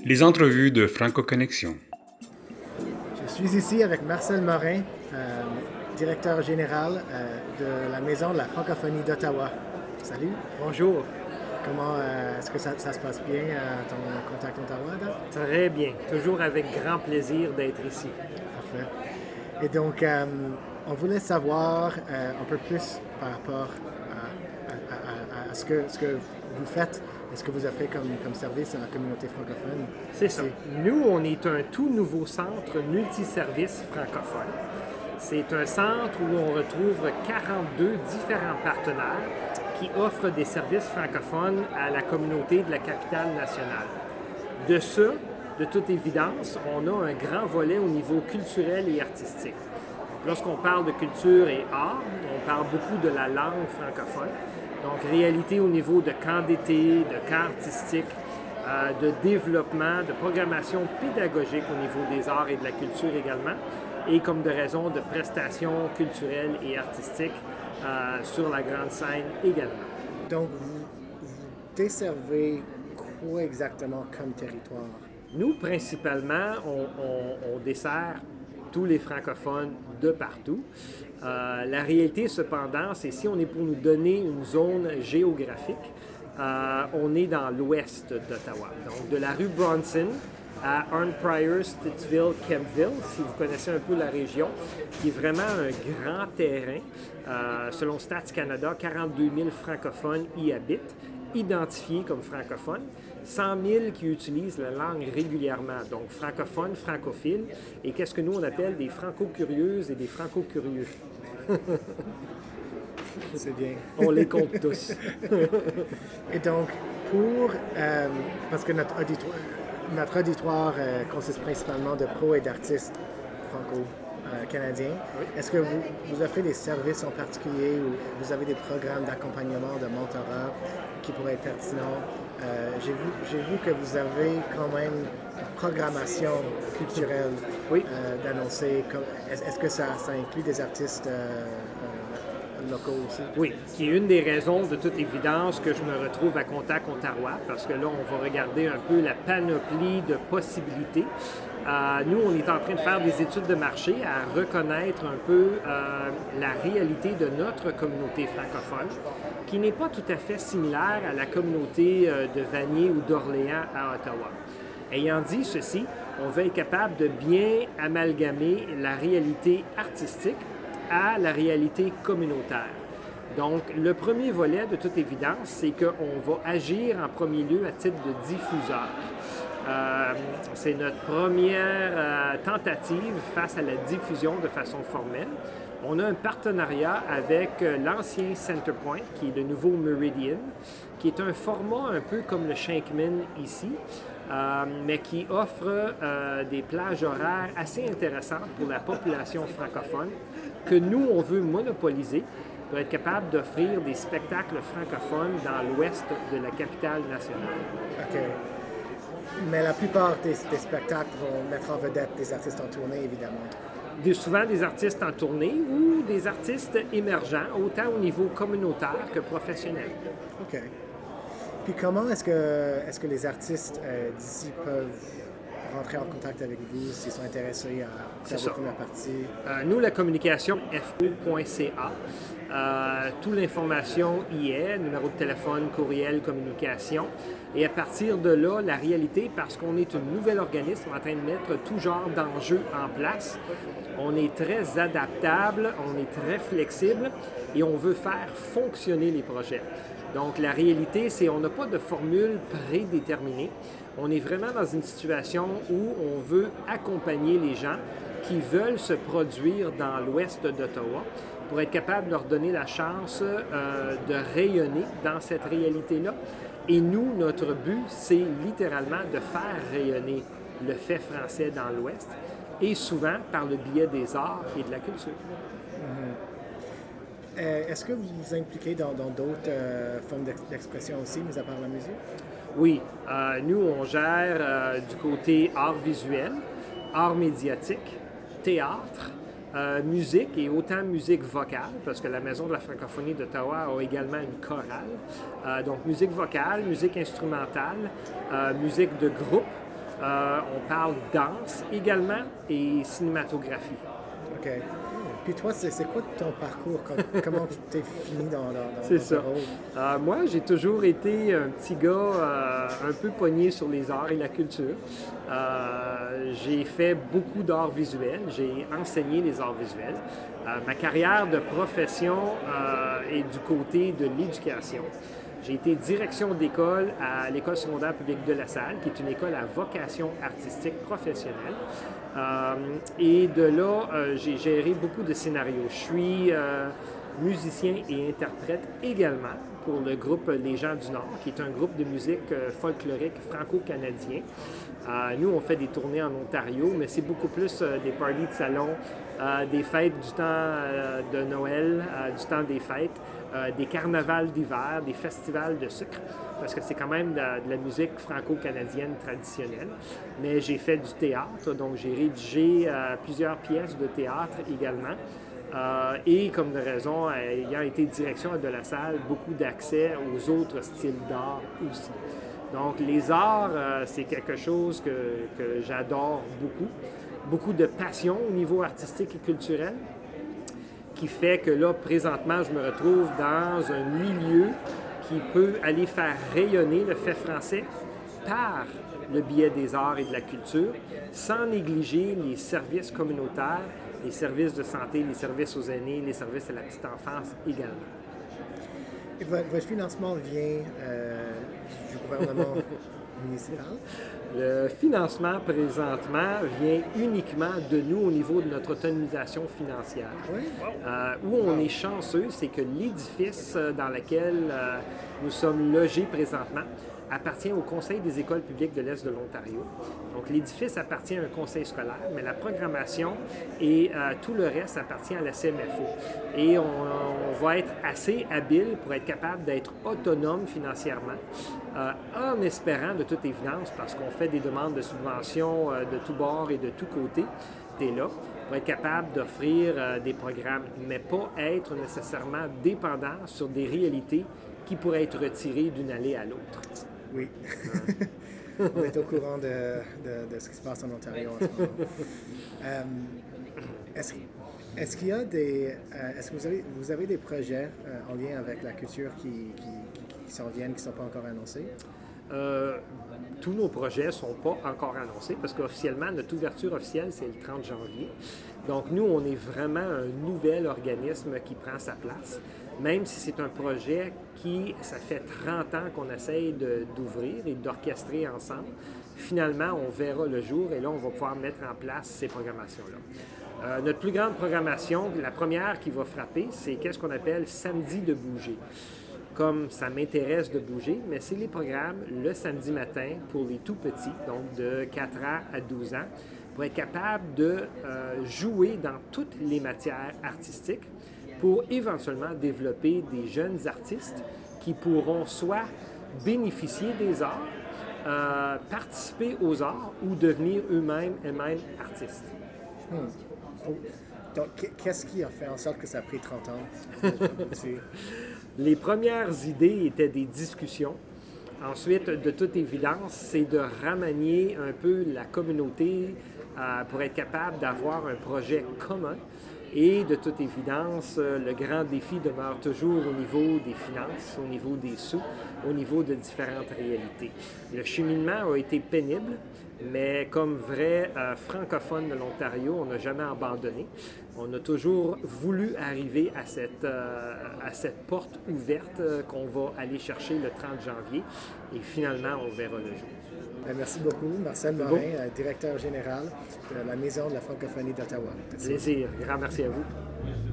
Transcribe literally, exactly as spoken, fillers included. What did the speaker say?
Les entrevues de Franco-Connexion. Je suis ici avec Marcel Morin, euh, directeur général euh, de la Maison de la francophonie d'Ottawa. Salut. Bonjour. Comment euh, est-ce que ça, ça se passe bien, euh, ton contact Ottawa? Là? Très bien. Toujours avec grand plaisir d'être ici. Parfait. Et donc, euh, on voulait savoir euh, un peu plus par rapport à, à, à, à ce, que, ce que vous faites. Est-ce que vous offrez comme, comme service à la communauté francophone? C'est ça. Nous, on est un tout nouveau centre multiservice francophone. C'est un centre où on retrouve quarante-deux différents partenaires qui offrent des services francophones à la communauté de la capitale nationale. De ça, de toute évidence, on a un grand volet au niveau culturel et artistique. Lorsqu'on parle de culture et art, on parle beaucoup de la langue francophone. Donc, réalité au niveau de camps d'été, de camps artistiques, euh, de développement, de programmation pédagogique au niveau des arts et de la culture également, et comme de raison de prestations culturelles et artistiques euh, sur la grande scène également. Donc, vous, vous desservez quoi exactement comme territoire? Nous, principalement, on, on, on dessert tous les francophones de partout. Euh, la réalité, cependant, c'est si on est pour nous donner une zone géographique, euh, on est dans l'ouest d'Ottawa. Donc, de la rue Bronson à Arnprior, Stittsville, Kempville, si vous connaissez un peu la région, qui est vraiment un grand terrain. Euh, selon Stats Canada, quarante-deux mille francophones y habitent, identifiés comme francophones. cent mille qui utilisent la langue régulièrement, donc francophones, francophiles, et qu'est-ce que nous on appelle des franco-curieuses et des franco-curieux. C'est bien. On les compte tous. Et donc, pour, euh, parce que notre auditoire, notre auditoire euh, consiste principalement de pros et d'artistes franco-canadiens, oui. Est-ce que vous, vous offrez des services en particulier ou vous avez des programmes d'accompagnement, de mentorat qui pourraient être pertinents? Euh, j'ai, vu, j'ai vu que vous avez quand même une programmation culturelle oui. euh, d'annoncer. Est-ce, est-ce que ça, ça inclut des artistes euh, euh, locaux aussi? Oui, qui est une des raisons, de toute évidence, que je me retrouve à Contact Ontario, parce que là, on va regarder un peu la panoplie de possibilités. Euh, nous, on est en train de faire des études de marché à reconnaître un peu euh, la réalité de notre communauté francophone, qui n'est pas tout à fait similaire à la communauté euh, de Vanier ou d'Orléans à Ottawa. Ayant dit ceci, on va être capable de bien amalgamer la réalité artistique à la réalité communautaire. Donc, le premier volet, de toute évidence, c'est qu'on va agir en premier lieu à titre de diffuseur. Euh, c'est notre première euh, tentative face à la diffusion de façon formelle. On a un partenariat avec euh, l'ancien Centrepoint, qui est le nouveau Meridian, qui est un format un peu comme le Shankman ici, euh, mais qui offre euh, des plages horaires assez intéressantes pour la population francophone, que nous, on veut monopoliser pour être capable d'offrir des spectacles francophones dans l'ouest de la capitale nationale. OK. Mais la plupart des, des spectacles vont mettre en vedette des artistes en tournée, évidemment. Des, souvent des artistes en tournée ou des artistes émergents, autant au niveau communautaire que professionnel. OK. Puis comment est-ce que, est-ce que les artistes euh, d'ici peuvent rentrer en contact avec vous s'ils sont intéressés à faire la première partie? Euh, nous, la communication, f o point c a. Euh, toute l'information y est, numéro de téléphone, courriel, communication. Et à partir de là, la réalité, parce qu'on est un nouvel organisme en train de mettre tout genre d'enjeux en place, on est très adaptable, on est très flexible et on veut faire fonctionner les projets. Donc, la réalité, c'est qu'on n'a pas de formule prédéterminée. On est vraiment dans une situation où on veut accompagner les gens qui veulent se produire dans l'ouest d'Ottawa pour être capable de leur donner la chance euh, de rayonner dans cette réalité-là. Et nous, notre but, c'est littéralement de faire rayonner le fait français dans l'ouest et souvent par le biais des arts et de la culture. Mm-hmm. Euh, est-ce que vous vous impliquez dans, dans d'autres euh, formes d'expression aussi, mis à part la musique? Oui. Euh, nous, on gère euh, du côté art visuel, art médiatique, théâtre, euh, musique et autant musique vocale, parce que la Maison de la francophonie d'Ottawa a également une chorale. Euh, donc, musique vocale, musique instrumentale, euh, musique de groupe, Euh, on parle danse également et cinématographie. OK. Puis toi, c'est, c'est quoi ton parcours? Comment tu t'es fini dans, dans, dans c'est dans ça. ce rôle? Euh, moi, j'ai toujours été un petit gars euh, un peu pogné sur les arts et la culture. Euh, j'ai fait beaucoup d'arts visuels. J'ai enseigné les arts visuels. Euh, ma carrière de profession euh, est du côté de l'éducation. J'ai été direction d'école à l'École secondaire publique de La Salle, qui est une école à vocation artistique professionnelle. Euh, et de là, euh, j'ai géré beaucoup de scénarios. Je suis euh, musicien et interprète également pour le groupe Les Gens du Nord, qui est un groupe de musique euh, folklorique franco-canadien. Euh, nous, on fait des tournées en Ontario, mais c'est beaucoup plus euh, des parties de salon, euh, des fêtes du temps euh, de Noël, euh, du temps des fêtes, euh, des carnavals d'hiver, des festivals de sucre, parce que c'est quand même de, de la musique franco-canadienne traditionnelle. Mais j'ai fait du théâtre, donc j'ai rédigé euh, plusieurs pièces de théâtre également. Euh, et comme de raison, ayant été direction de La Salle, beaucoup d'accès aux autres styles d'art aussi. Donc les arts, euh, c'est quelque chose que, que j'adore beaucoup. Beaucoup de passion au niveau artistique et culturel, qui fait que là, présentement, je me retrouve dans un milieu qui peut aller faire rayonner le fait français par le biais des arts et de la culture, sans négliger les services communautaires, les services de santé, les services aux aînés, les services à la petite enfance également. Et votre, votre financement vient euh, du gouvernement municipal? Le financement, présentement, vient uniquement de nous au niveau de notre autonomisation financière. Oui. Euh, où on est chanceux, c'est que l'édifice dans lequel euh, nous sommes logés présentement appartient au Conseil des écoles publiques de l'Est de l'Ontario. Donc, l'édifice appartient à un conseil scolaire, mais la programmation et euh, tout le reste appartient à la C M F O. Et on, on va être assez habile pour être capable d'être autonome financièrement, euh, en espérant, de toute évidence, parce qu'on fait des demandes de subventions euh, de tous bords et de tous côtés, t'es là, pour être capable d'offrir euh, des programmes, mais pas être nécessairement dépendant sur des réalités qui pourraient être retirées d'une allée à l'autre. Oui. On est au courant de, de, de ce qui se passe en Ontario en ce moment. Euh, est-ce, est-ce qu'il y a des... Euh, est-ce que vous avez, vous avez des projets euh, en lien avec la culture qui, qui, qui, qui s'en viennent, qui ne sont pas encore annoncés? Euh, tous nos projets ne sont pas encore annoncés parce qu'officiellement, notre ouverture officielle, c'est le trente janvier. Donc, nous, on est vraiment un nouvel organisme qui prend sa place, même si c'est un projet qui, ça fait trente ans qu'on essaye de, d'ouvrir et d'orchestrer ensemble. Finalement, on verra le jour et là, on va pouvoir mettre en place ces programmations-là. Euh, notre plus grande programmation, la première qui va frapper, c'est qu'est-ce qu'on appelle Samedi de bouger. Comme ça m'intéresse de bouger, mais c'est les programmes le samedi matin pour les tout petits, donc de quatre ans à douze ans, pour être capable de euh, jouer dans toutes les matières artistiques pour éventuellement développer des jeunes artistes qui pourront soit bénéficier des arts, euh, participer aux arts ou devenir eux-mêmes eux-mêmes artistes. Hmm. Donc, qu'est-ce qui a fait en sorte que ça a pris trente ans? Les premières idées étaient des discussions. Ensuite, de toute évidence, c'est de remanier un peu la communauté euh, pour être capable d'avoir un projet commun. Et de toute évidence, le grand défi demeure toujours au niveau des finances, au niveau des sous, au niveau de différentes réalités. Le cheminement a été pénible, mais comme vrai euh, francophone de l'Ontario, on n'a jamais abandonné. On a toujours voulu arriver à cette, euh, à cette porte ouverte euh, qu'on va aller chercher le trente janvier. Et finalement, on verra le jour. Merci beaucoup, Marcel Morin, bon. directeur général de la Maison de la francophonie d'Ottawa. Merci. Plaisir. Grand merci à vous.